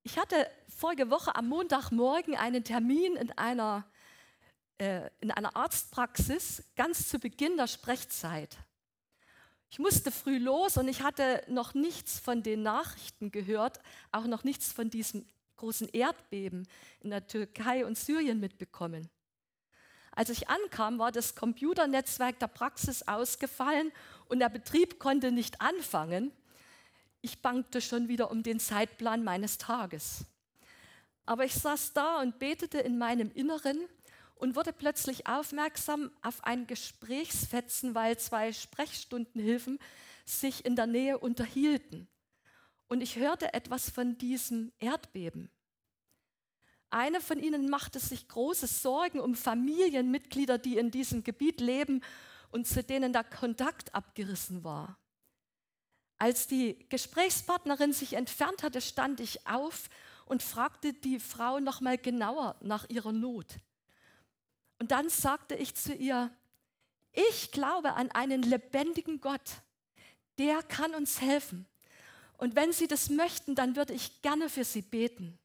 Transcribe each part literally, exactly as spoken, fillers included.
Ich hatte vorige Woche am Montagmorgen einen Termin in einer, äh, in einer Arztpraxis, ganz zu Beginn der Sprechzeit. Ich musste früh los und ich hatte noch nichts von den Nachrichten gehört, auch noch nichts von diesem großen Erdbeben in der Türkei und Syrien mitbekommen. Als ich ankam, war das Computernetzwerk der Praxis ausgefallen und der Betrieb konnte nicht anfangen. Ich bangte schon wieder um den Zeitplan meines Tages. Aber ich saß da und betete in meinem Inneren und wurde plötzlich aufmerksam auf ein Gesprächsfetzen, weil zwei Sprechstundenhilfen sich in der Nähe unterhielten. Und ich hörte etwas von diesem Erdbeben. Eine von ihnen machte sich große Sorgen um Familienmitglieder, die in diesem Gebiet leben und zu denen der Kontakt abgerissen war. Als die Gesprächspartnerin sich entfernt hatte, stand ich auf und fragte die Frau noch mal genauer nach ihrer Not. Und dann sagte ich zu ihr: Ich glaube an einen lebendigen Gott, der kann uns helfen. Und wenn Sie das möchten, dann würde ich gerne für Sie beten.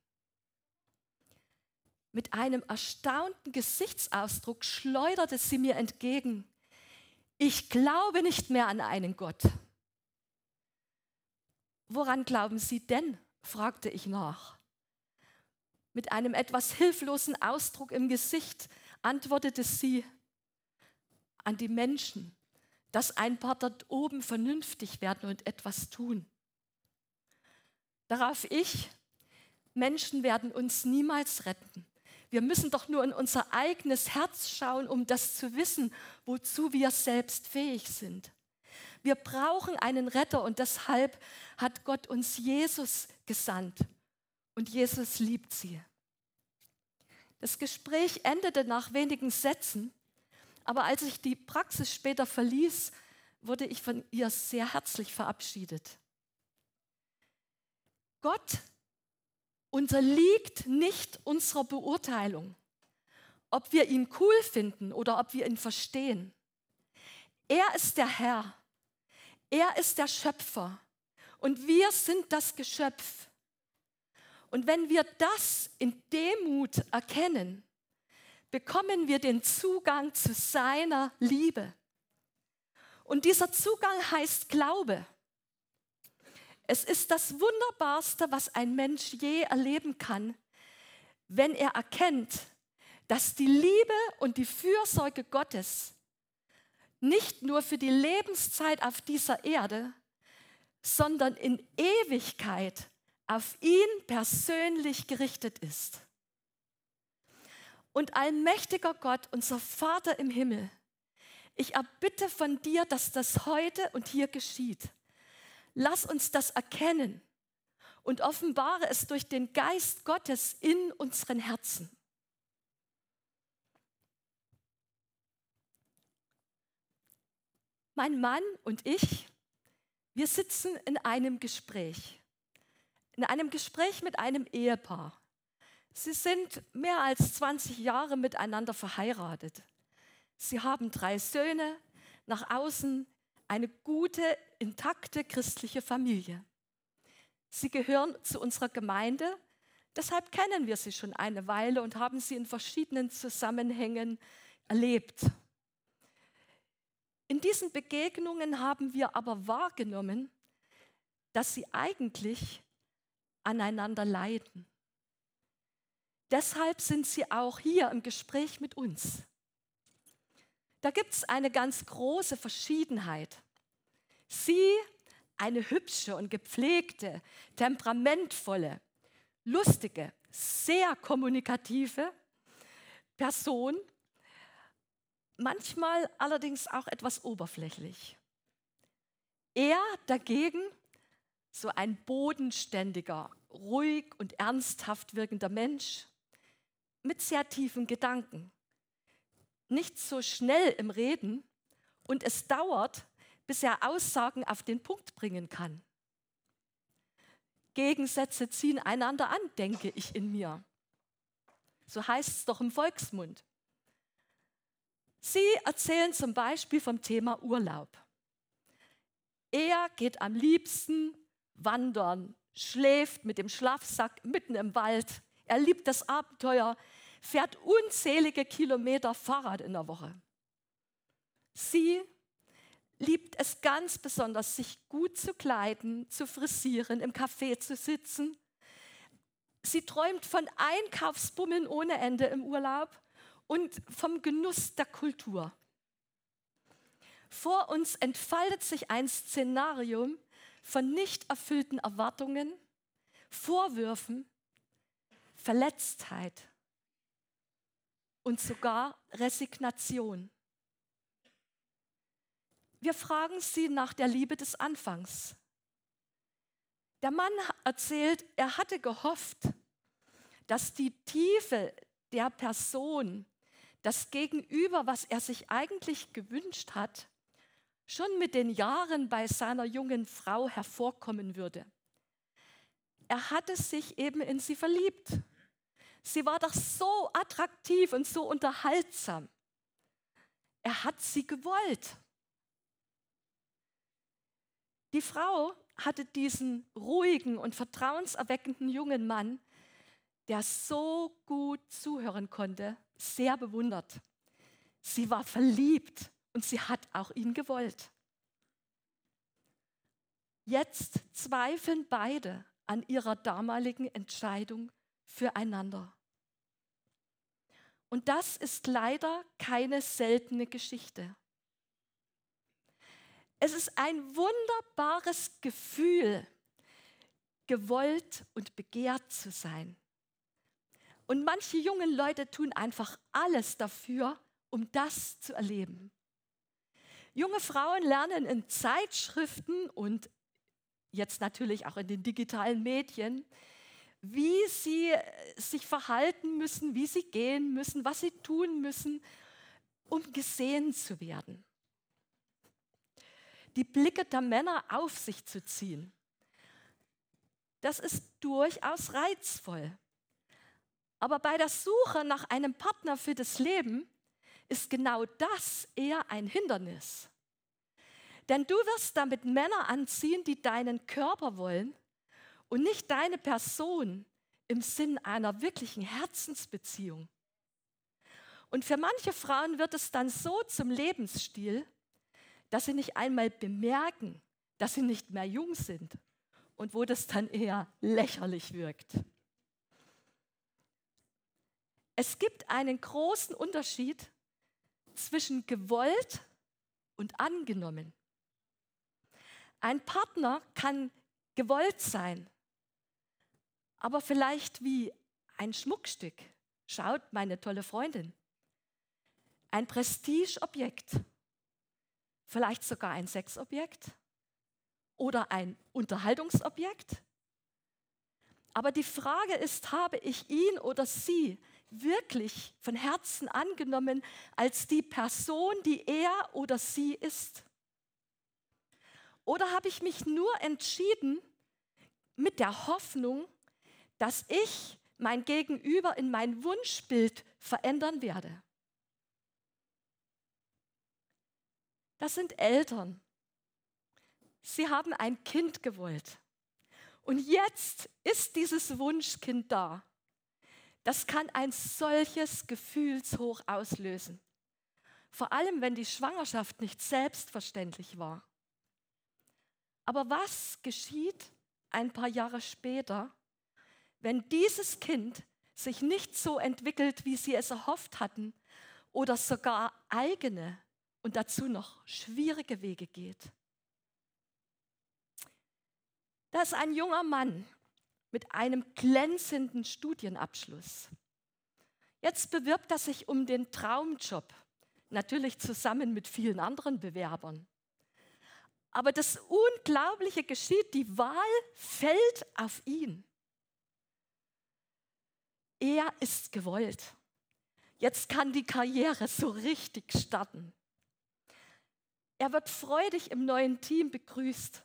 Mit einem erstaunten Gesichtsausdruck schleuderte sie mir entgegen: Ich glaube nicht mehr an einen Gott. Woran glauben Sie denn? Fragte ich nach. Mit einem etwas hilflosen Ausdruck im Gesicht antwortete sie: An die Menschen, dass ein paar dort oben vernünftig werden und etwas tun. Darauf ich: Menschen werden uns niemals retten. Wir müssen doch nur in unser eigenes Herz schauen, um das zu wissen, wozu wir selbst fähig sind. Wir brauchen einen Retter und deshalb hat Gott uns Jesus gesandt. Und Jesus liebt sie. Das Gespräch endete nach wenigen Sätzen, aber als ich die Praxis später verließ, wurde ich von ihr sehr herzlich verabschiedet. Gott unterliegt nicht unserer Beurteilung, ob wir ihn cool finden oder ob wir ihn verstehen. Er ist der Herr, er ist der Schöpfer und wir sind das Geschöpf. Und wenn wir das in Demut erkennen, bekommen wir den Zugang zu seiner Liebe. Und dieser Zugang heißt Glaube. Es ist das Wunderbarste, was ein Mensch je erleben kann, wenn er erkennt, dass die Liebe und die Fürsorge Gottes nicht nur für die Lebenszeit auf dieser Erde, sondern in Ewigkeit auf ihn persönlich gerichtet ist. Und allmächtiger Gott, unser Vater im Himmel, ich erbitte von dir, dass das heute und hier geschieht. Lass uns das erkennen und offenbare es durch den Geist Gottes in unseren Herzen. Mein Mann und ich, wir sitzen in einem Gespräch. In einem Gespräch mit einem Ehepaar. Sie sind mehr als zwanzig Jahre miteinander verheiratet. Sie haben drei Söhne, nach außen eine gute, intakte christliche Familie. Sie gehören zu unserer Gemeinde, deshalb kennen wir sie schon eine Weile und haben sie in verschiedenen Zusammenhängen erlebt. In diesen Begegnungen haben wir aber wahrgenommen, dass sie eigentlich aneinander leiden. Deshalb sind sie auch hier im Gespräch mit uns. Da gibt es eine ganz große Verschiedenheit. Sie, eine hübsche und gepflegte, temperamentvolle, lustige, sehr kommunikative Person, manchmal allerdings auch etwas oberflächlich. Er dagegen, so ein bodenständiger, ruhig und ernsthaft wirkender Mensch mit sehr tiefen Gedanken. Nicht so schnell im Reden und es dauert, bis er Aussagen auf den Punkt bringen kann. Gegensätze ziehen einander an, denke ich in mir. So heißt es doch im Volksmund. Sie erzählen zum Beispiel vom Thema Urlaub. Er geht am liebsten wandern schläft mit dem Schlafsack mitten im Wald. Er liebt das Abenteuer, fährt unzählige Kilometer Fahrrad in der Woche. Sie liebt es ganz besonders, sich gut zu kleiden, zu frisieren, im Café zu sitzen. Sie träumt von Einkaufsbummeln ohne Ende im Urlaub und vom Genuss der Kultur. Vor uns entfaltet sich ein Szenarium von nicht erfüllten Erwartungen, Vorwürfen, Verletztheit und sogar Resignation. Wir fragen sie nach der Liebe des Anfangs. Der Mann erzählt, er hatte gehofft, dass die Tiefe der Person, das Gegenüber, was er sich eigentlich gewünscht hat, schon mit den Jahren bei seiner jungen Frau hervorkommen würde. Er hatte sich eben in sie verliebt. Sie war doch so attraktiv und so unterhaltsam. Er hat sie gewollt. Die Frau hatte diesen ruhigen und vertrauenserweckenden jungen Mann, der so gut zuhören konnte, sehr bewundert. Sie war verliebt und sie hat auch ihn gewollt. Jetzt zweifeln beide an ihrer damaligen Entscheidung füreinander. Und das ist leider keine seltene Geschichte. Es ist ein wunderbares Gefühl, gewollt und begehrt zu sein. Und manche junge Leute tun einfach alles dafür, um das zu erleben. Junge Frauen lernen in Zeitschriften und jetzt natürlich auch in den digitalen Medien, wie sie sich verhalten müssen, wie sie gehen müssen, was sie tun müssen, um gesehen zu werden. Die Blicke der Männer auf sich zu ziehen. Das ist durchaus reizvoll. Aber bei der Suche nach einem Partner für das Leben ist genau das eher ein Hindernis. Denn du wirst damit Männer anziehen, die deinen Körper wollen und nicht deine Person im Sinn einer wirklichen Herzensbeziehung. Und für manche Frauen wird es dann so zum Lebensstil, dass sie nicht einmal bemerken, dass sie nicht mehr jung sind und wo das dann eher lächerlich wirkt. Es gibt einen großen Unterschied zwischen gewollt und angenommen. Ein Partner kann gewollt sein, aber vielleicht wie ein Schmuckstück. Schaut, meine tolle Freundin. Ein Prestigeobjekt. Vielleicht sogar ein Sexobjekt oder ein Unterhaltungsobjekt. Aber die Frage ist, habe ich ihn oder sie wirklich von Herzen angenommen als die Person, die er oder sie ist? Oder habe ich mich nur entschieden mit der Hoffnung, dass ich mein Gegenüber in mein Wunschbild verändern werde? Das sind Eltern. Sie haben ein Kind gewollt. Und jetzt ist dieses Wunschkind da. Das kann ein solches Gefühlshoch auslösen. Vor allem, wenn die Schwangerschaft nicht selbstverständlich war. Aber was geschieht ein paar Jahre später, wenn dieses Kind sich nicht so entwickelt, wie sie es erhofft hatten, oder sogar eigene und dazu noch schwierige Wege geht? Da ist ein junger Mann mit einem glänzenden Studienabschluss. Jetzt bewirbt er sich um den Traumjob, natürlich zusammen mit vielen anderen Bewerbern. Aber das Unglaubliche geschieht, die Wahl fällt auf ihn. Er ist gewollt. Jetzt kann die Karriere so richtig starten. Er wird freudig im neuen Team begrüßt.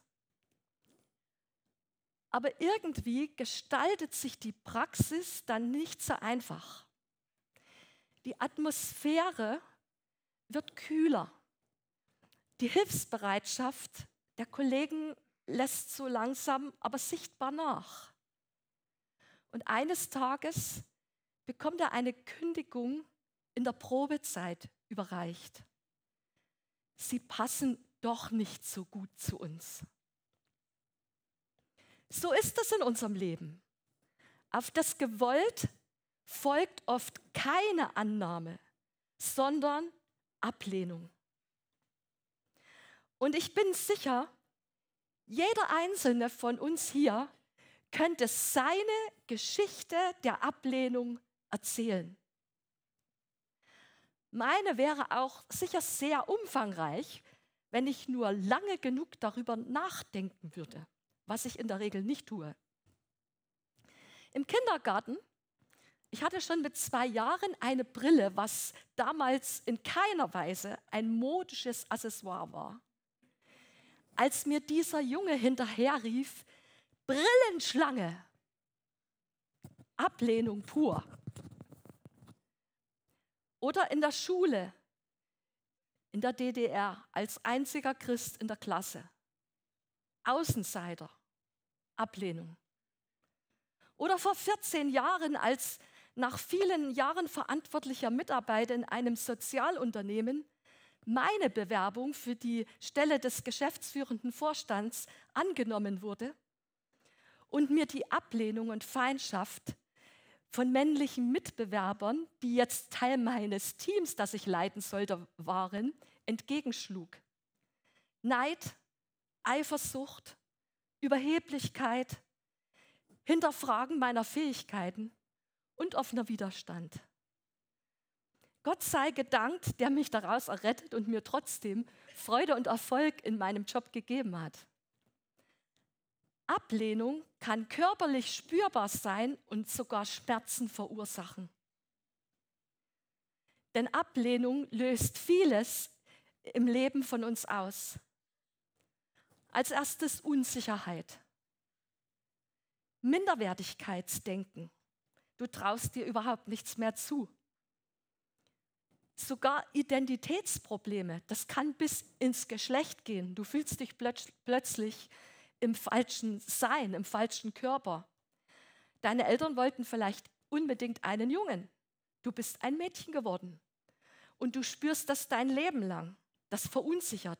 Aber irgendwie gestaltet sich die Praxis dann nicht so einfach. Die Atmosphäre wird kühler. Die Hilfsbereitschaft der Kollegen lässt so langsam, aber sichtbar nach. Und eines Tages bekommt er eine Kündigung in der Probezeit überreicht. Sie passen doch nicht so gut zu uns. So ist es in unserem Leben. Auf das Gewollt folgt oft keine Annahme, sondern Ablehnung. Und ich bin sicher, jeder einzelne von uns hier könnte seine Geschichte der Ablehnung erzählen. Meine wäre auch sicher sehr umfangreich, wenn ich nur lange genug darüber nachdenken würde, was ich in der Regel nicht tue. Im Kindergarten, ich hatte schon mit zwei Jahren eine Brille, was damals in keiner Weise ein modisches Accessoire war. Als mir dieser Junge hinterherrief, Brillenschlange, Ablehnung pur. Oder in der Schule, in der D D R, als einziger Christ in der Klasse. Außenseiter, Ablehnung. Oder vor vierzehn Jahren, als nach vielen Jahren verantwortlicher Mitarbeiter in einem Sozialunternehmen meine Bewerbung für die Stelle des geschäftsführenden Vorstands angenommen wurde und mir die Ablehnung und Feindschaft von männlichen Mitbewerbern, die jetzt Teil meines Teams, das ich leiten sollte, waren, entgegenschlug. Neid, Eifersucht, Überheblichkeit, Hinterfragen meiner Fähigkeiten und offener Widerstand. Gott sei gedankt, der mich daraus errettet und mir trotzdem Freude und Erfolg in meinem Job gegeben hat. Ablehnung kann körperlich spürbar sein und sogar Schmerzen verursachen. Denn Ablehnung löst vieles im Leben von uns aus. Als erstes Unsicherheit, Minderwertigkeitsdenken. Du traust dir überhaupt nichts mehr zu. Sogar Identitätsprobleme, das kann bis ins Geschlecht gehen. Du fühlst dich plötz- plötzlich im falschen Sein, im falschen Körper. Deine Eltern wollten vielleicht unbedingt einen Jungen. Du bist ein Mädchen geworden. Und du spürst das dein Leben lang. Das verunsichert.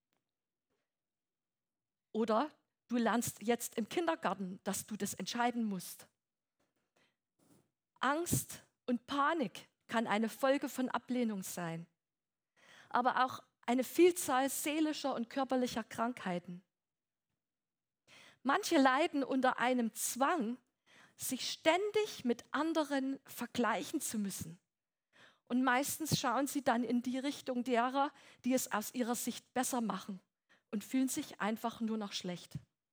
Oder du lernst jetzt im Kindergarten, dass du das entscheiden musst. Angst und Panik kann eine Folge von Ablehnung sein. Aber auch eine Vielzahl seelischer und körperlicher Krankheiten. Manche leiden unter einem Zwang, sich ständig mit anderen vergleichen zu müssen. Und meistens schauen sie dann in die Richtung derer, die es aus ihrer Sicht besser machen und fühlen sich einfach nur noch schlecht.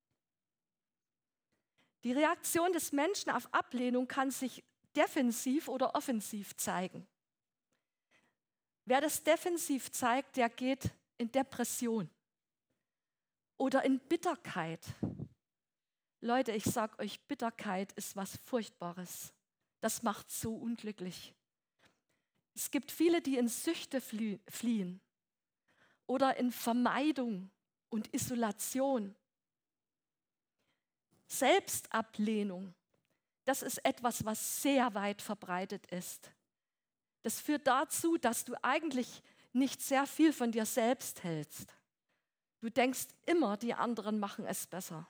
Die Reaktion des Menschen auf Ablehnung kann sich defensiv oder offensiv zeigen. Wer das defensiv zeigt, der geht in Depression oder in Bitterkeit. Leute, ich sage euch, Bitterkeit ist was Furchtbares. Das macht so unglücklich. Es gibt viele, die in Süchte fliehen oder in Vermeidung und Isolation. Selbstablehnung, das ist etwas, was sehr weit verbreitet ist. Das führt dazu, dass du eigentlich nicht sehr viel von dir selbst hältst. Du denkst immer, die anderen machen es besser.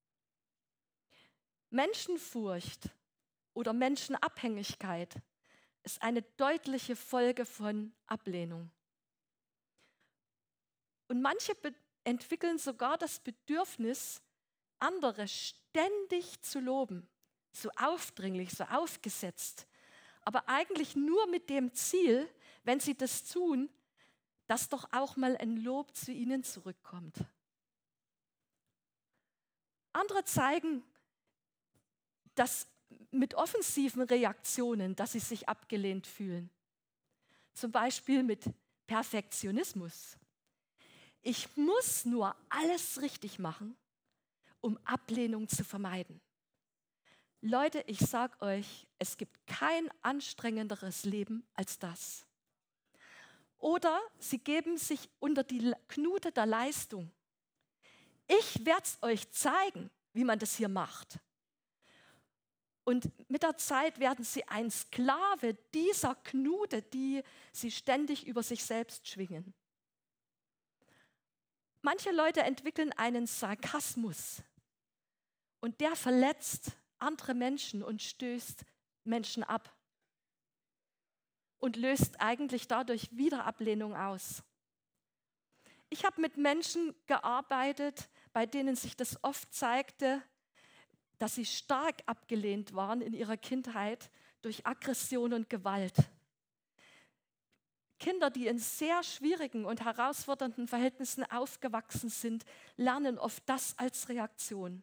Menschenfurcht oder Menschenabhängigkeit ist eine deutliche Folge von Ablehnung. Und manche be- entwickeln sogar das Bedürfnis, andere ständig zu loben, so aufdringlich, so aufgesetzt, aber eigentlich nur mit dem Ziel, wenn sie das tun, dass doch auch mal ein Lob zu ihnen zurückkommt. Andere zeigen, dass mit offensiven Reaktionen, dass sie sich abgelehnt fühlen. Zum Beispiel mit Perfektionismus. Ich muss nur alles richtig machen, um Ablehnung zu vermeiden. Leute, ich sage euch, es gibt kein anstrengenderes Leben als das. Oder sie geben sich unter die Knute der Leistung. ich werde es euch zeigen, wie man das hier macht. Und mit der Zeit werden sie ein Sklave dieser Knute, die sie ständig über sich selbst schwingen. Manche Leute entwickeln einen Sarkasmus und der verletzt andere Menschen und stößt Menschen ab und löst eigentlich dadurch wieder Ablehnung aus. Ich habe mit Menschen gearbeitet, bei denen sich das oft zeigte, dass sie stark abgelehnt waren in ihrer Kindheit durch Aggression und Gewalt. Kinder, die in sehr schwierigen und herausfordernden Verhältnissen aufgewachsen sind, lernen oft das als Reaktion.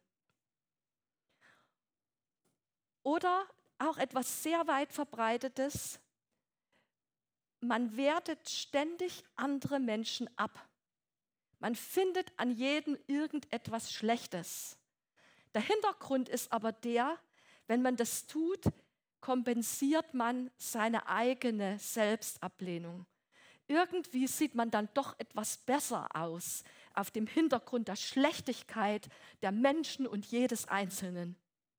Oder auch etwas sehr weit Verbreitetes: Man wertet ständig andere Menschen ab. Man findet an jedem irgendetwas Schlechtes. Der Hintergrund ist aber der, wenn man das tut, kompensiert man seine eigene Selbstablehnung. Irgendwie sieht man dann doch etwas besser aus auf dem Hintergrund der Schlechtigkeit der Menschen und jedes Einzelnen.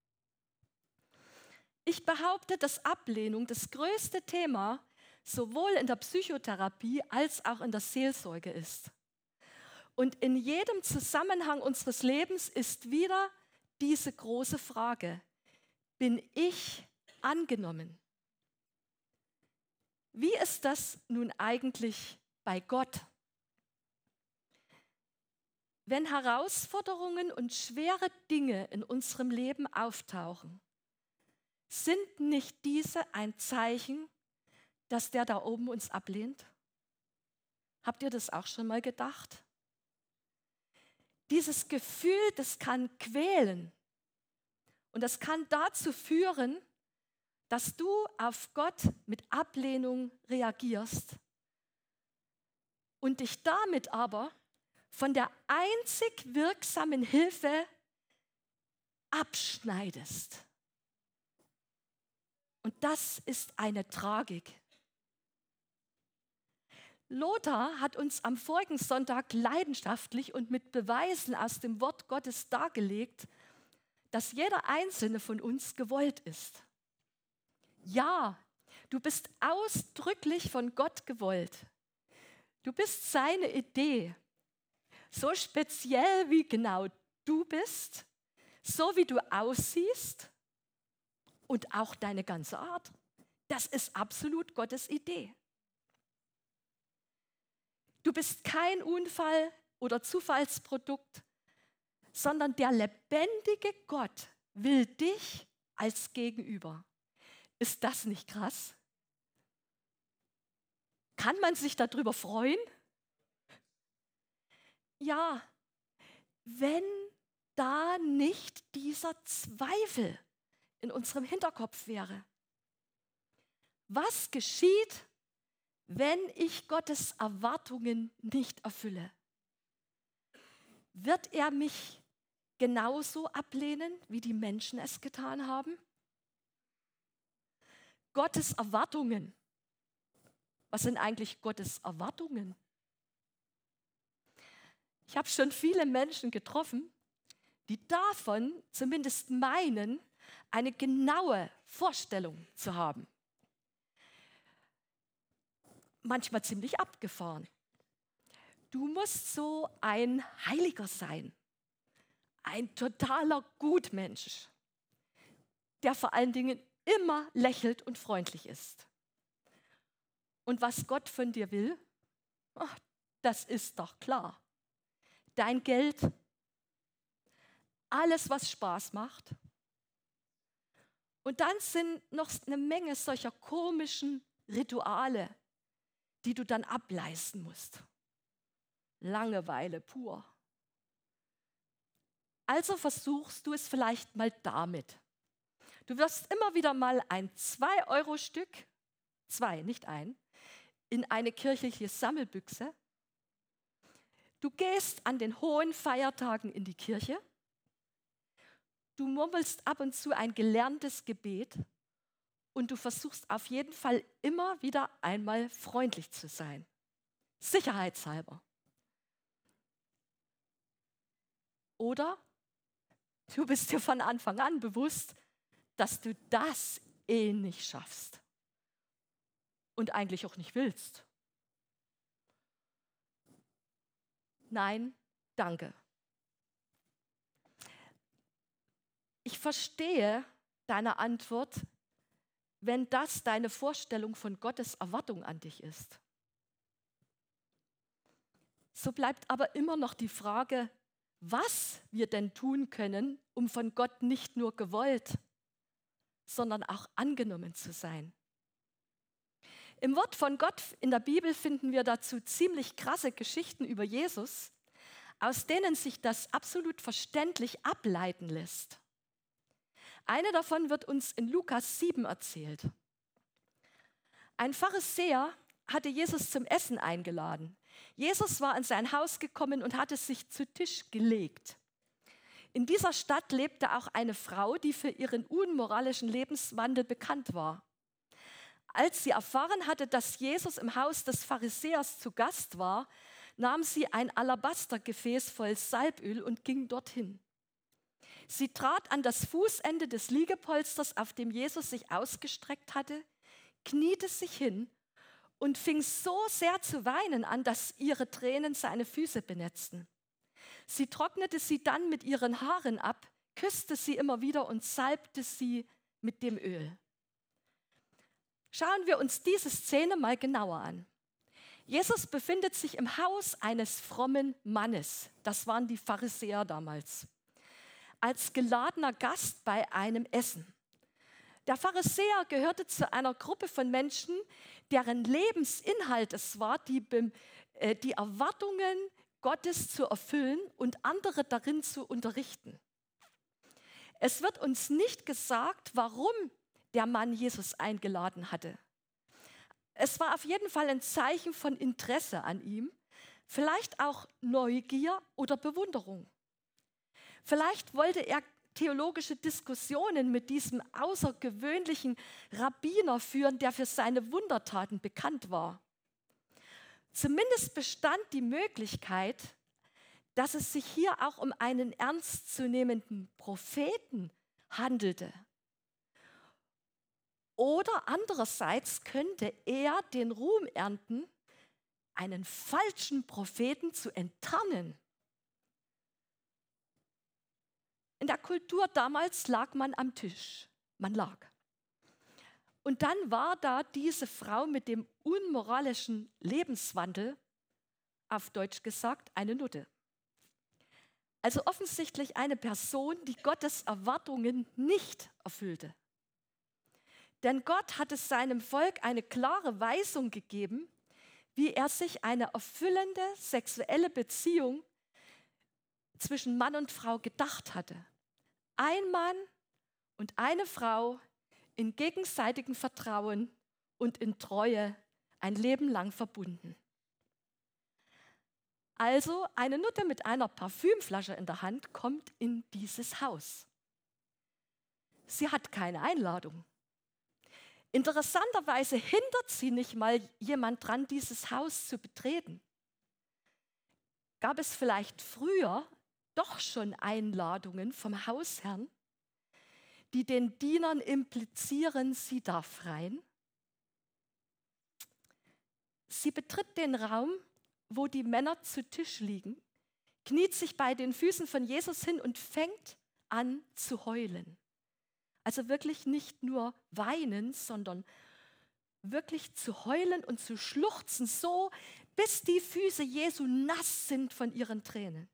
Ich behaupte, dass Ablehnung das größte Thema sowohl in der Psychotherapie als auch in der Seelsorge ist. Und in jedem Zusammenhang unseres Lebens ist wieder diese große Frage: Bin ich angenommen? Wie ist das nun eigentlich bei Gott? Wenn Herausforderungen und schwere Dinge in unserem Leben auftauchen, sind nicht diese ein Zeichen, dass der da oben uns ablehnt? Habt ihr das auch schon mal gedacht? Dieses Gefühl, das kann quälen und das kann dazu führen, dass du auf Gott mit Ablehnung reagierst und dich damit aber von der einzig wirksamen Hilfe abschneidest. Und das ist eine Tragik. Lothar hat uns am vorigen Sonntag leidenschaftlich und mit Beweisen aus dem Wort Gottes dargelegt, dass jeder einzelne von uns gewollt ist. Ja, du bist ausdrücklich von Gott gewollt. Du bist seine Idee. So speziell wie genau du bist, so wie du aussiehst und auch deine ganze Art. Das ist absolut Gottes Idee. Du bist kein Unfall oder Zufallsprodukt, sondern der lebendige Gott will dich als Gegenüber. Ist das nicht krass? Kann man sich darüber freuen? Ja, wenn da nicht dieser Zweifel in unserem Hinterkopf wäre. Was geschieht, wenn ich Gottes Erwartungen nicht erfülle? Wird er mich genauso ablehnen, wie die Menschen es getan haben? Gottes Erwartungen. Was sind eigentlich Gottes Erwartungen? Ich habe schon viele Menschen getroffen, die davon zumindest meinen, eine genaue Vorstellung zu haben. Manchmal ziemlich abgefahren. Du musst so ein Heiliger sein, ein totaler Gutmensch, der vor allen Dingen immer lächelt und freundlich ist. Und was Gott von dir will, ach, das ist doch klar. Dein Geld, alles, was Spaß macht. Und dann sind noch eine Menge solcher komischen Rituale, die du dann ableisten musst. Langeweile pur. Also versuchst du es vielleicht mal damit. Du wirst immer wieder mal ein zwei Euro Stück, zwei, nicht ein, in eine kirchliche Sammelbüchse. Du gehst an den hohen Feiertagen in die Kirche. Du murmelst ab und zu ein gelerntes Gebet und du versuchst auf jeden Fall immer wieder einmal freundlich zu sein. Sicherheitshalber. Oder du bist dir von Anfang an bewusst, dass du das eh nicht schaffst und eigentlich auch nicht willst. Nein, danke. Ich verstehe deine Antwort, wenn das deine Vorstellung von Gottes Erwartung an dich ist. So bleibt aber immer noch die Frage, was wir denn tun können, um von Gott nicht nur gewollt, sondern auch angenommen zu sein. Im Wort von Gott in der Bibel finden wir dazu ziemlich krasse Geschichten über Jesus, aus denen sich das absolut verständlich ableiten lässt. Eine davon wird uns in Lukas sieben erzählt. Ein Pharisäer hatte Jesus zum Essen eingeladen. Jesus war in sein Haus gekommen und hatte sich zu Tisch gelegt. In dieser Stadt lebte auch eine Frau, die für ihren unmoralischen Lebenswandel bekannt war. Als sie erfahren hatte, dass Jesus im Haus des Pharisäers zu Gast war, nahm sie ein Alabastergefäß voll Salböl und ging dorthin. Sie trat an das Fußende des Liegepolsters, auf dem Jesus sich ausgestreckt hatte, kniete sich hin und fing so sehr zu weinen an, dass ihre Tränen seine Füße benetzten. Sie trocknete sie dann mit ihren Haaren ab, küsste sie immer wieder und salbte sie mit dem Öl. Schauen wir uns diese Szene mal genauer an. Jesus befindet sich im Haus eines frommen Mannes. Das waren die Pharisäer damals. Als geladener Gast bei einem Essen. Der Pharisäer gehörte zu einer Gruppe von Menschen, deren Lebensinhalt es war, die, äh, die Erwartungen Gottes zu erfüllen und andere darin zu unterrichten. Es wird uns nicht gesagt, warum der Mann Jesus eingeladen hatte. Es war auf jeden Fall ein Zeichen von Interesse an ihm, vielleicht auch Neugier oder Bewunderung. Vielleicht wollte er theologische Diskussionen mit diesem außergewöhnlichen Rabbiner führen, der für seine Wundertaten bekannt war. Zumindest bestand die Möglichkeit, dass es sich hier auch um einen ernstzunehmenden Propheten handelte. Oder andererseits könnte er den Ruhm ernten, einen falschen Propheten zu enttarnen. In der Kultur damals lag man am Tisch. Man lag. Und dann war da diese Frau mit dem unmoralischen Lebenswandel, auf Deutsch gesagt, eine Nutte. Also offensichtlich eine Person, die Gottes Erwartungen nicht erfüllte. Denn Gott hatte seinem Volk eine klare Weisung gegeben, wie er sich eine erfüllende sexuelle Beziehung zwischen Mann und Frau gedacht hatte. Ein Mann und eine Frau in gegenseitigem Vertrauen und in Treue ein Leben lang verbunden. Also eine Nutte mit einer Parfümflasche in der Hand kommt in dieses Haus. Sie hat keine Einladung. Interessanterweise hindert sie nicht mal jemand dran, dieses Haus zu betreten. Gab es vielleicht früher doch schon Einladungen vom Hausherrn, die den Dienern implizieren, sie darf rein? Sie betritt den Raum, wo die Männer zu Tisch liegen, kniet sich bei den Füßen von Jesus hin und fängt an zu heulen. Also wirklich nicht nur weinen, sondern wirklich zu heulen und zu schluchzen, so bis die Füße Jesu nass sind von ihren Tränen.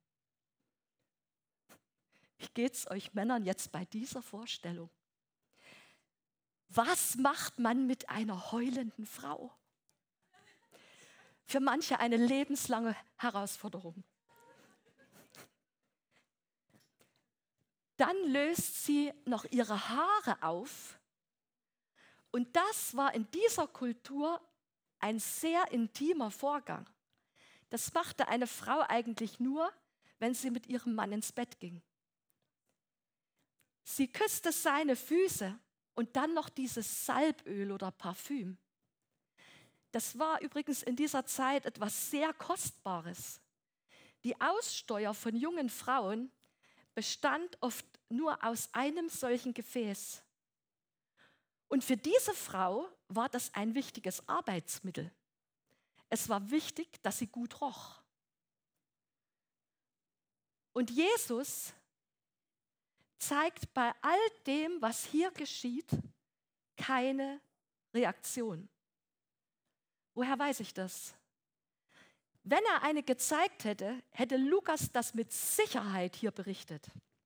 Wie geht's euch Männern jetzt bei dieser Vorstellung? Was macht man mit einer heulenden Frau? Für manche eine lebenslange Herausforderung. Dann löst sie noch ihre Haare auf. Und das war in dieser Kultur ein sehr intimer Vorgang. Das machte eine Frau eigentlich nur, wenn sie mit ihrem Mann ins Bett ging. Sie küsste seine Füße und dann noch dieses Salböl oder Parfüm. Das war übrigens in dieser Zeit etwas sehr Kostbares. Die Aussteuer von jungen Frauen bestand oft nur aus einem solchen Gefäß. Und für diese Frau war das ein wichtiges Arbeitsmittel. Es war wichtig, dass sie gut roch. Und Jesus zeigt bei all dem, was hier geschieht, keine Reaktion. Woher weiß ich das? Wenn er eine gezeigt hätte, hätte Lukas das mit Sicherheit hier berichtet.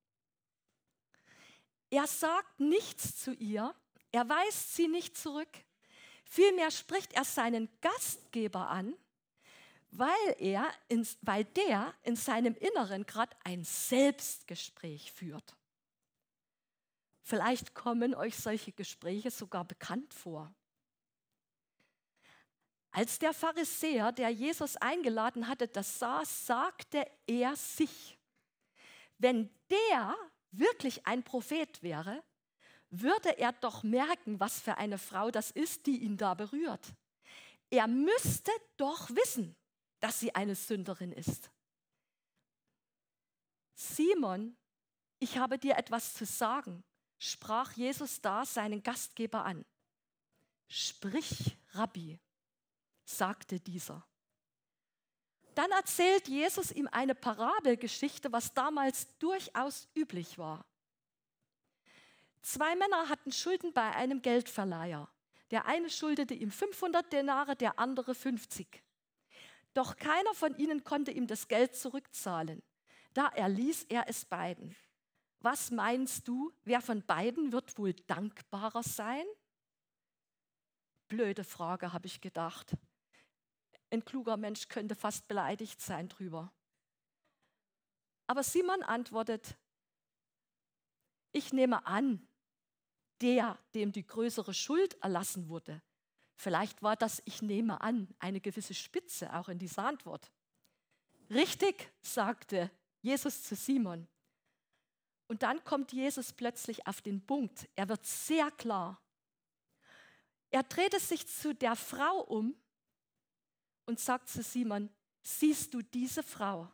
Er sagt nichts zu ihr, er weist sie nicht zurück. Vielmehr spricht er seinen Gastgeber an, weil, er in, weil der in seinem Inneren gerade ein Selbstgespräch führt. Vielleicht kommen euch solche Gespräche sogar bekannt vor. Als der Pharisäer, der Jesus eingeladen hatte, das sah, sagte er sich, wenn der wirklich ein Prophet wäre, würde er doch merken, was für eine Frau das ist, die ihn da berührt. Er müsste doch wissen, dass sie eine Sünderin ist. Simon, ich habe dir etwas zu sagen, sprach Jesus da seinen Gastgeber an. Sprich, Rabbi, sagte dieser. Dann erzählt Jesus ihm eine Parabelgeschichte, was damals durchaus üblich war. Zwei Männer hatten Schulden bei einem Geldverleiher. Der eine schuldete ihm fünfhundert Denare, der andere fünfzig. Doch keiner von ihnen konnte ihm das Geld zurückzahlen. Da erließ er es beiden. Was meinst du, wer von beiden wird wohl dankbarer sein? Blöde Frage, habe ich gedacht. Ein kluger Mensch könnte fast beleidigt sein drüber. Aber Simon antwortet, ich nehme an, der, dem die größere Schuld erlassen wurde. Vielleicht war das, ich nehme an, eine gewisse Spitze auch in dieser Antwort. Richtig, sagte Jesus zu Simon. Und dann kommt Jesus plötzlich auf den Punkt. Er wird sehr klar. Er drehte sich zu der Frau um und sagt zu Simon, siehst du diese Frau?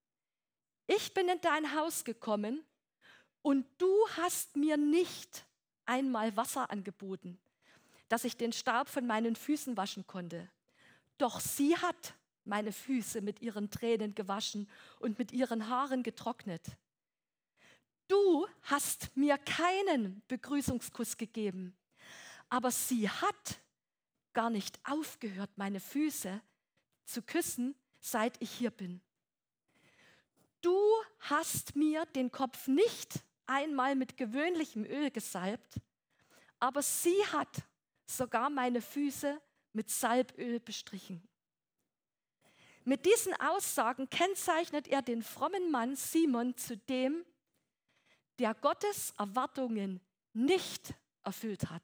Ich bin in dein Haus gekommen und du hast mir nicht einmal Wasser angeboten, dass ich den Staub von meinen Füßen waschen konnte. Doch sie hat meine Füße mit ihren Tränen gewaschen und mit ihren Haaren getrocknet. Du hast mir keinen Begrüßungskuss gegeben, aber sie hat gar nicht aufgehört, meine Füße zu küssen, seit ich hier bin. Du hast mir den Kopf nicht einmal mit gewöhnlichem Öl gesalbt, aber sie hat sogar meine Füße mit Salböl bestrichen. Mit diesen Aussagen kennzeichnet er den frommen Mann Simon zu dem, der Gottes Erwartungen nicht erfüllt hat.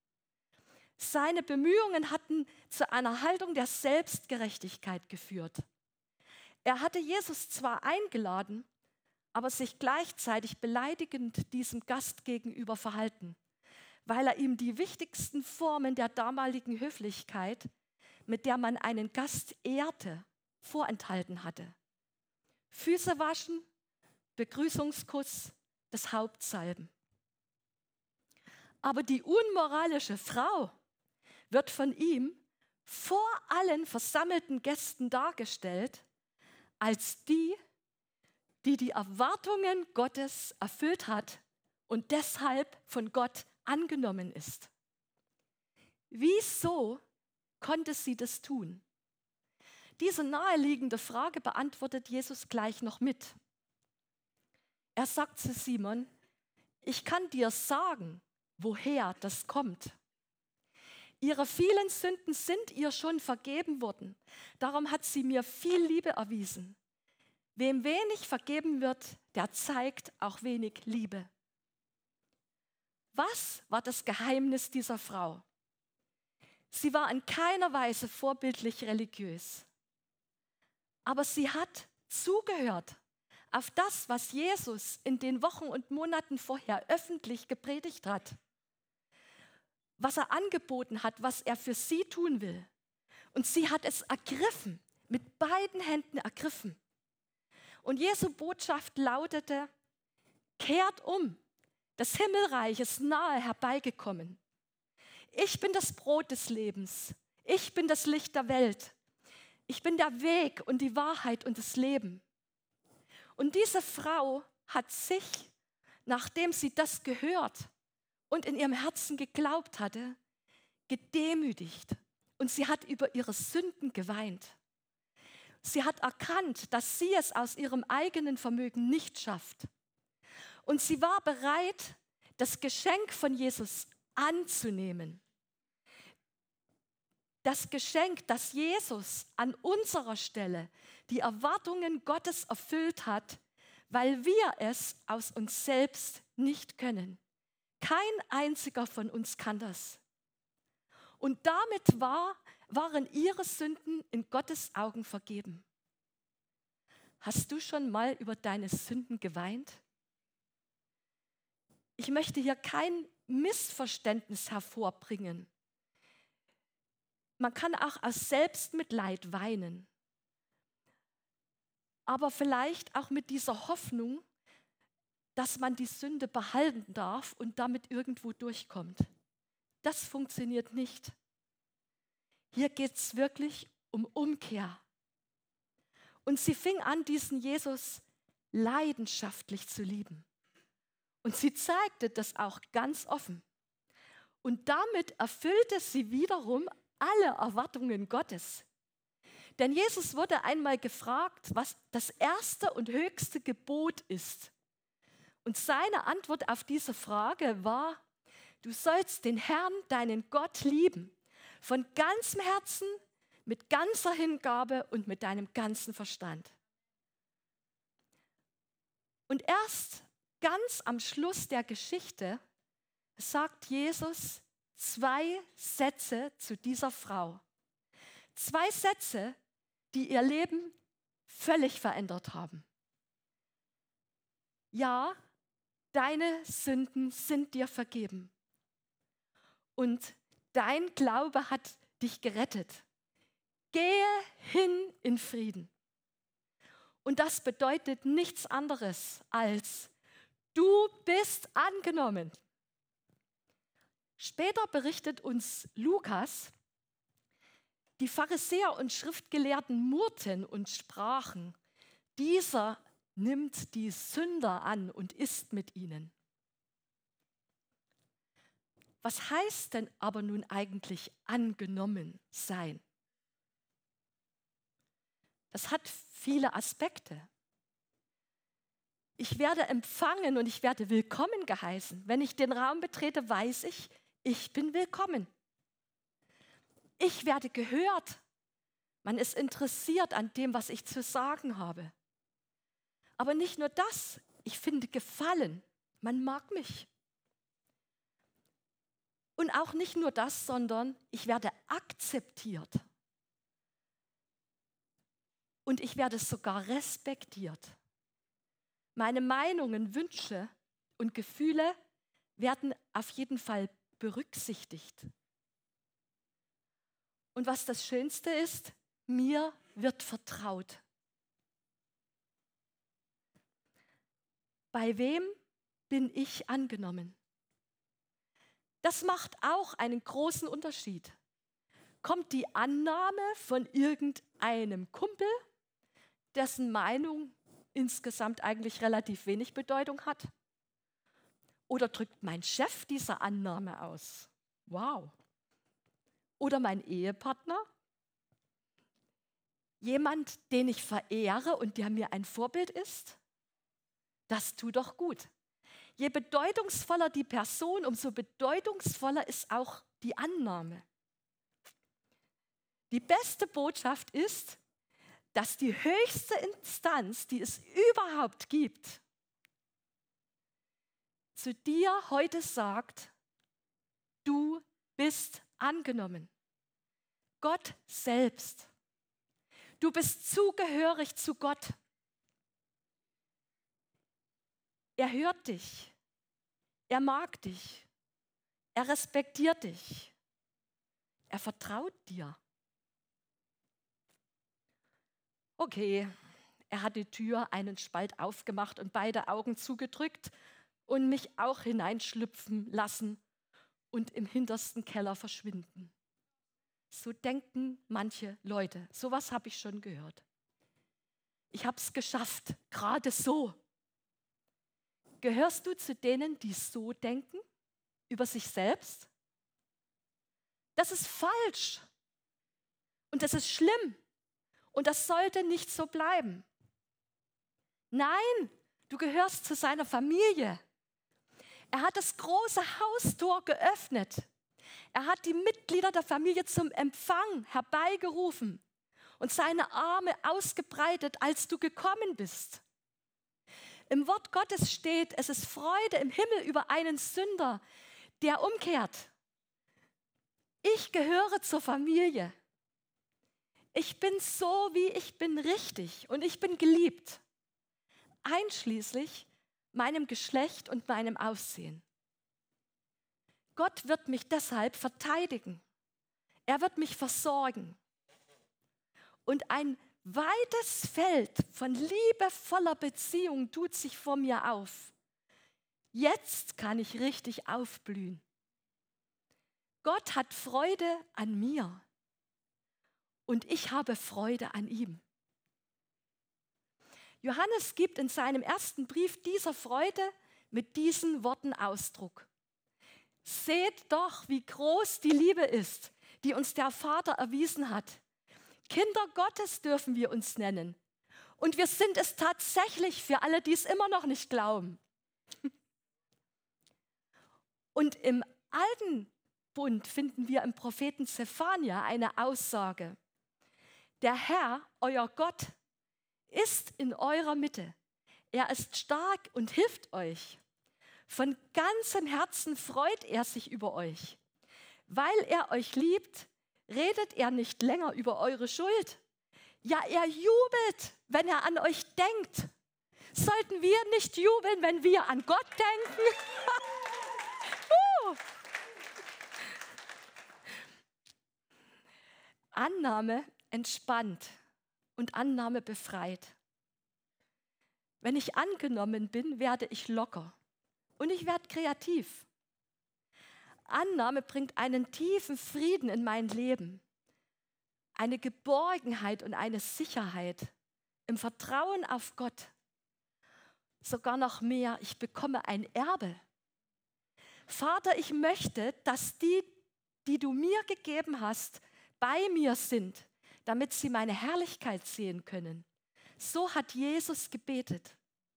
Seine Bemühungen hatten zu einer Haltung der Selbstgerechtigkeit geführt. Er hatte Jesus zwar eingeladen, aber sich gleichzeitig beleidigend diesem Gast gegenüber verhalten, weil er ihm die wichtigsten Formen der damaligen Höflichkeit, mit der man einen Gast ehrte, vorenthalten hatte. Füße waschen, Begrüßungskuss, das Haupt salben. Aber die unmoralische Frau wird von ihm vor allen versammelten Gästen dargestellt als die, die die Erwartungen Gottes erfüllt hat und deshalb von Gott angenommen ist. Wieso konnte sie das tun? Diese naheliegende Frage beantwortet Jesus gleich noch mit. Er sagt zu Simon, ich kann dir sagen, woher das kommt. Ihre vielen Sünden sind ihr schon vergeben worden. Darum hat sie mir viel Liebe erwiesen. Wem wenig vergeben wird, der zeigt auch wenig Liebe. Was war das Geheimnis dieser Frau? Sie war in keiner Weise vorbildlich religiös. Aber sie hat zugehört auf das, was Jesus in den Wochen und Monaten vorher öffentlich gepredigt hat. Was er angeboten hat, was er für sie tun will. Und sie hat es ergriffen, mit beiden Händen ergriffen. Und Jesu Botschaft lautete, Kehrt um, das Himmelreich ist nahe herbeigekommen. Ich bin das Brot des Lebens. Ich bin das Licht der Welt. Ich bin der Weg und die Wahrheit und das Leben. Und diese Frau hat sich, nachdem sie das gehört und in ihrem Herzen geglaubt hatte, gedemütigt. Und sie hat über ihre Sünden geweint. Sie hat erkannt, dass sie es aus ihrem eigenen Vermögen nicht schafft. Und sie war bereit, das Geschenk von Jesus anzunehmen. Das Geschenk, dass Jesus an unserer Stelle die Erwartungen Gottes erfüllt hat, weil wir es aus uns selbst nicht können. Kein einziger von uns kann das. Und damit war, waren ihre Sünden in Gottes Augen vergeben. Hast du schon mal über deine Sünden geweint? Ich möchte hier kein Missverständnis hervorbringen. Man kann auch aus Selbstmitleid weinen, aber vielleicht auch mit dieser Hoffnung, dass man die Sünde behalten darf und damit irgendwo durchkommt. Das funktioniert nicht. Hier geht es wirklich um Umkehr. Und sie fing an, diesen Jesus leidenschaftlich zu lieben. Und sie zeigte das auch ganz offen. Und damit erfüllte sie wiederum alle Erwartungen Gottes. Denn Jesus wurde einmal gefragt, was das erste und höchste Gebot ist. Und seine Antwort auf diese Frage war: Du sollst den Herrn, deinen Gott, lieben, von ganzem Herzen, mit ganzer Hingabe und mit deinem ganzen Verstand. Und erst ganz am Schluss der Geschichte sagt Jesus zwei Sätze zu dieser Frau. Zwei Sätze, die ihr Leben völlig verändert haben. Ja, deine Sünden sind dir vergeben. Und dein Glaube hat dich gerettet. Gehe hin in Frieden. Und das bedeutet nichts anderes als: Du bist angenommen. Später berichtet uns Lukas, die Pharisäer und Schriftgelehrten murrten und sprachen: Dieser nimmt die Sünder an und isst mit ihnen. Was heißt denn aber nun eigentlich angenommen sein? Das hat viele Aspekte. Ich werde empfangen und ich werde willkommen geheißen. Wenn ich den Raum betrete, weiß ich, ich bin willkommen. Ich werde gehört. Man ist interessiert an dem, was ich zu sagen habe. Aber nicht nur das, ich finde Gefallen. Man mag mich. Und auch nicht nur das, sondern ich werde akzeptiert. Und ich werde sogar respektiert. Meine Meinungen, Wünsche und Gefühle werden auf jeden Fall berücksichtigt. Und was das Schönste ist, mir wird vertraut. Bei wem bin ich angenommen? Das macht auch einen großen Unterschied. Kommt die Annahme von irgendeinem Kumpel, dessen Meinung insgesamt eigentlich relativ wenig Bedeutung hat? Oder drückt mein Chef diese Annahme aus? Wow. Oder mein Ehepartner? Jemand, den ich verehre und der mir ein Vorbild ist? Das tut doch gut. Je bedeutungsvoller die Person, umso bedeutungsvoller ist auch die Annahme. Die beste Botschaft ist, dass die höchste Instanz, die es überhaupt gibt, zu dir heute sagt: Du bist angenommen. Gott selbst. Du bist zugehörig zu Gott. Er hört dich. Er mag dich. Er respektiert dich. Er vertraut dir. Okay, Er hat die Tür einen Spalt aufgemacht und beide Augen zugedrückt und mich auch hineinschlüpfen lassen und im hintersten Keller verschwinden. So denken manche Leute. Sowas habe ich schon gehört. Ich habe es geschafft, gerade so. Gehörst du zu denen, die so denken über sich selbst? Das ist falsch und das ist schlimm und das sollte nicht so bleiben. Nein, du gehörst zu seiner Familie. Er hat das große Haustor geöffnet. Er hat die Mitglieder der Familie zum Empfang herbeigerufen und seine Arme ausgebreitet, als du gekommen bist. Im Wort Gottes steht, es ist Freude im Himmel über einen Sünder, der umkehrt. Ich gehöre zur Familie. Ich bin so, wie ich bin, richtig und ich bin geliebt, einschließlich meinem Geschlecht und meinem Aussehen. Gott wird mich deshalb verteidigen. Er wird mich versorgen. Und ein weites Feld von liebevoller Beziehung tut sich vor mir auf. Jetzt kann ich richtig aufblühen. Gott hat Freude an mir und ich habe Freude an ihm. Johannes gibt in seinem ersten Brief dieser Freude mit diesen Worten Ausdruck. Seht doch, wie groß die Liebe ist, die uns der Vater erwiesen hat. Kinder Gottes dürfen wir uns nennen. Und wir sind es tatsächlich für alle, die es immer noch nicht glauben. Und im Alten Bund finden wir im Propheten Zephania eine Aussage. Der Herr, euer Gott, ist in eurer Mitte. Er ist stark und hilft euch. Von ganzem Herzen freut er sich über euch. Weil er euch liebt, redet er nicht länger über eure Schuld. Ja, er jubelt, wenn er an euch denkt. Sollten wir nicht jubeln, wenn wir an Gott denken? uh. Annahme entspannt und Annahme befreit. Wenn ich angenommen bin, werde ich locker und ich werde kreativ. Annahme bringt einen tiefen Frieden in mein Leben, eine Geborgenheit und eine Sicherheit im Vertrauen auf Gott. Sogar noch mehr, ich bekomme ein Erbe. Vater, ich möchte, dass die, die du mir gegeben hast, bei mir sind, damit sie meine Herrlichkeit sehen können. So hat Jesus gebetet.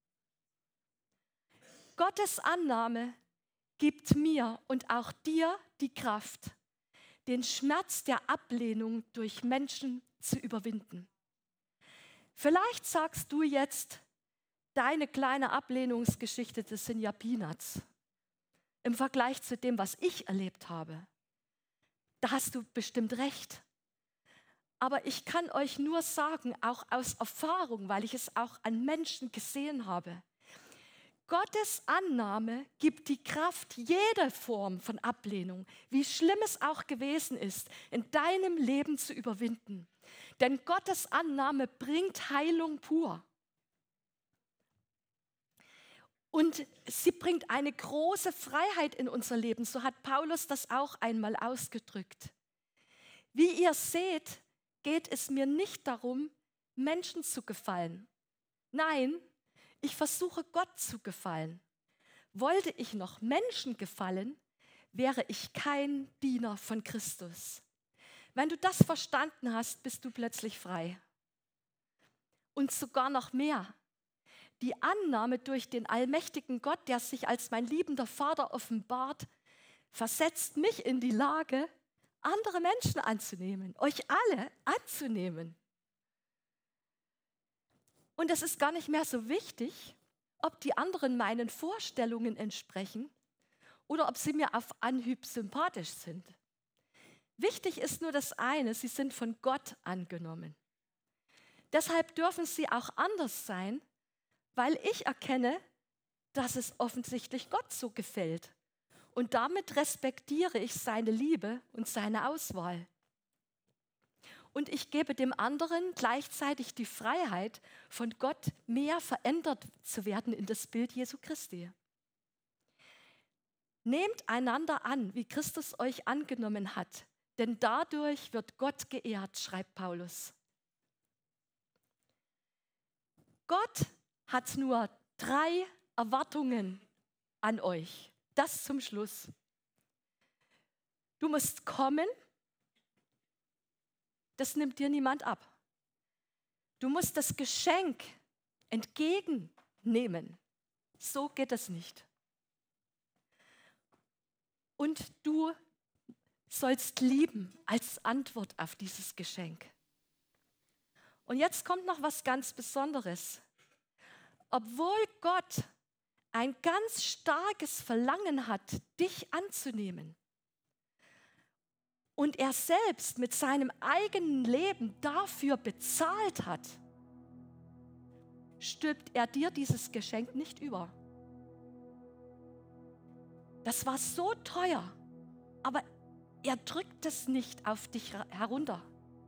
Gottes Annahme gibt mir und auch dir die Kraft, den Schmerz der Ablehnung durch Menschen zu überwinden. Vielleicht sagst du jetzt, deine kleine Ablehnungsgeschichte, das sind ja Peanuts im Vergleich zu dem, was ich erlebt habe. Da hast du bestimmt recht. Aber ich kann euch nur sagen, auch aus Erfahrung, weil ich es auch an Menschen gesehen habe, Gottes Annahme gibt die Kraft, jede Form von Ablehnung, wie schlimm es auch gewesen ist, in deinem Leben zu überwinden. Denn Gottes Annahme bringt Heilung pur. Und sie bringt eine große Freiheit in unser Leben. So hat Paulus das auch einmal ausgedrückt. Wie ihr seht, geht es mir nicht darum, Menschen zu gefallen. Nein, ich versuche Gott zu gefallen. Wollte ich noch Menschen gefallen, wäre ich kein Diener von Christus. Wenn du das verstanden hast, bist du plötzlich frei. Und sogar noch mehr. Die Annahme durch den allmächtigen Gott, der sich als mein liebender Vater offenbart, versetzt mich in die Lage, andere Menschen anzunehmen, euch alle anzunehmen. Und es ist gar nicht mehr so wichtig, ob die anderen meinen Vorstellungen entsprechen oder ob sie mir auf Anhieb sympathisch sind. Wichtig ist nur das eine, sie sind von Gott angenommen. Deshalb dürfen sie auch anders sein, weil ich erkenne, dass es offensichtlich Gott so gefällt. Und damit respektiere ich seine Liebe und seine Auswahl. und ich gebe dem anderen gleichzeitig die Freiheit, von Gott mehr verändert zu werden in das Bild Jesu Christi. Nehmt einander an, wie Christus euch angenommen hat, denn dadurch wird Gott geehrt, schreibt Paulus. Gott hat nur drei Erwartungen an euch. Das zum Schluss. Du musst kommen, das nimmt dir niemand ab. Du musst das Geschenk entgegennehmen. So geht es nicht. Und du sollst lieben als Antwort auf dieses Geschenk. Und jetzt kommt noch was ganz Besonderes. Obwohl Gott ein ganz starkes Verlangen hat, dich anzunehmen und er selbst mit seinem eigenen Leben dafür bezahlt hat, stülpt er dir dieses Geschenk nicht über. Das war so teuer, aber er drückt es nicht auf dich herunter.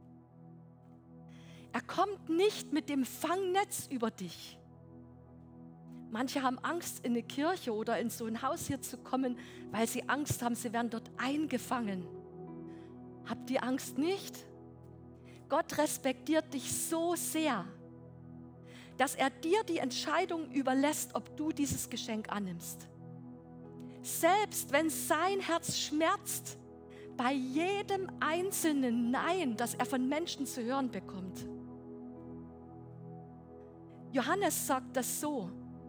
Er kommt nicht mit dem Fangnetz über dich. Manche haben Angst, in eine Kirche oder in so ein Haus hier zu kommen, weil sie Angst haben, sie werden dort eingefangen. Habt die Angst nicht? Gott respektiert dich so sehr, dass er dir die Entscheidung überlässt, ob du dieses Geschenk annimmst. Selbst wenn sein Herz schmerzt, bei jedem einzelnen Nein, das er von Menschen zu hören bekommt. Johannes sagt das so: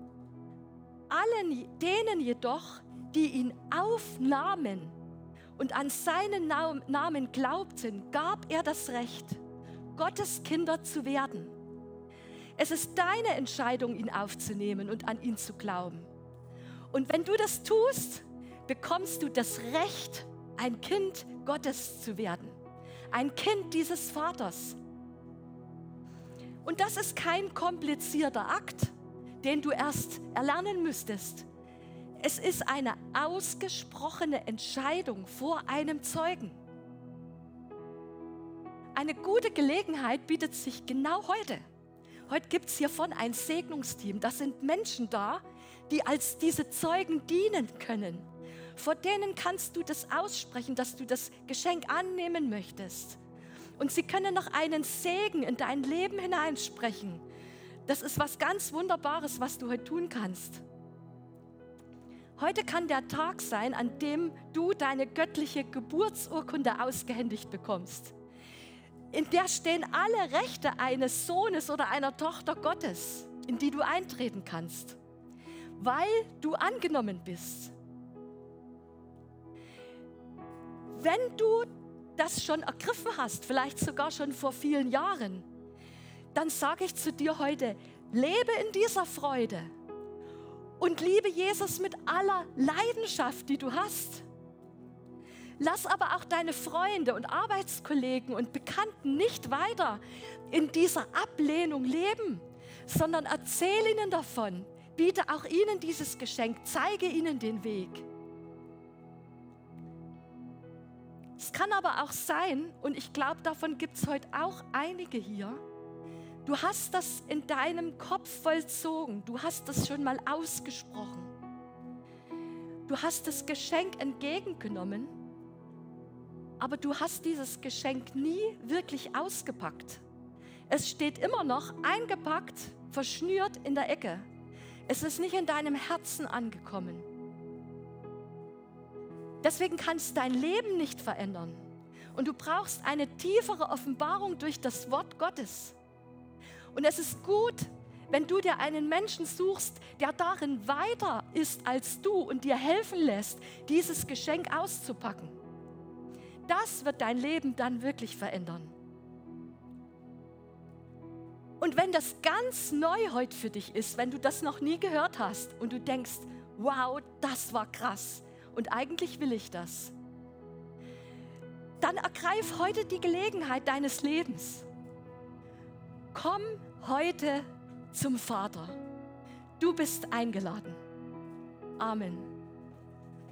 Allen denen jedoch, die ihn aufnahmen und an seinen Namen glaubten, gab er das Recht, Gottes Kinder zu werden. Es ist deine Entscheidung, ihn aufzunehmen und an ihn zu glauben. Und wenn du das tust, bekommst du das Recht, ein Kind Gottes zu werden. Ein Kind dieses Vaters. Und das ist kein komplizierter Akt, den du erst erlernen müsstest. Es ist eine ausgesprochene Entscheidung vor einem Zeugen. Eine gute Gelegenheit bietet sich genau heute. Heute gibt es hiervon ein Segnungsteam. Das sind Menschen da, die als diese Zeugen dienen können. Vor denen kannst du das aussprechen, dass du das Geschenk annehmen möchtest. Und sie können noch einen Segen in dein Leben hineinsprechen. Das ist was ganz Wunderbares, was du heute tun kannst. Heute kann der Tag sein, an dem du deine göttliche Geburtsurkunde ausgehändigt bekommst. In der stehen alle Rechte eines Sohnes oder einer Tochter Gottes, in die du eintreten kannst, weil du angenommen bist. Wenn du das schon ergriffen hast, vielleicht sogar schon vor vielen Jahren, dann sage ich zu dir heute, lebe in dieser Freude und liebe Jesus mit aller Leidenschaft, die du hast. Lass aber auch deine Freunde und Arbeitskollegen und Bekannten nicht weiter in dieser Ablehnung leben, sondern erzähl ihnen davon, biete auch ihnen dieses Geschenk, zeige ihnen den Weg. Es kann aber auch sein, und ich glaube, davon gibt es heute auch einige hier, du hast das in deinem Kopf vollzogen, du hast das schon mal ausgesprochen. Du hast das Geschenk entgegengenommen, aber du hast dieses Geschenk nie wirklich ausgepackt. Es steht immer noch eingepackt, verschnürt in der Ecke. Es ist nicht in deinem Herzen angekommen. Deswegen kannst du dein Leben nicht verändern. Und du brauchst eine tiefere Offenbarung durch das Wort Gottes. Und es ist gut, wenn du dir einen Menschen suchst, der darin weiter ist als du und dir helfen lässt, dieses Geschenk auszupacken. Das wird dein Leben dann wirklich verändern. Und wenn das ganz neu heute für dich ist, wenn du das noch nie gehört hast und du denkst, wow, das war krass und eigentlich will ich das, dann ergreif heute die Gelegenheit deines Lebens. Komm heute zum Vater. Du bist eingeladen. Amen.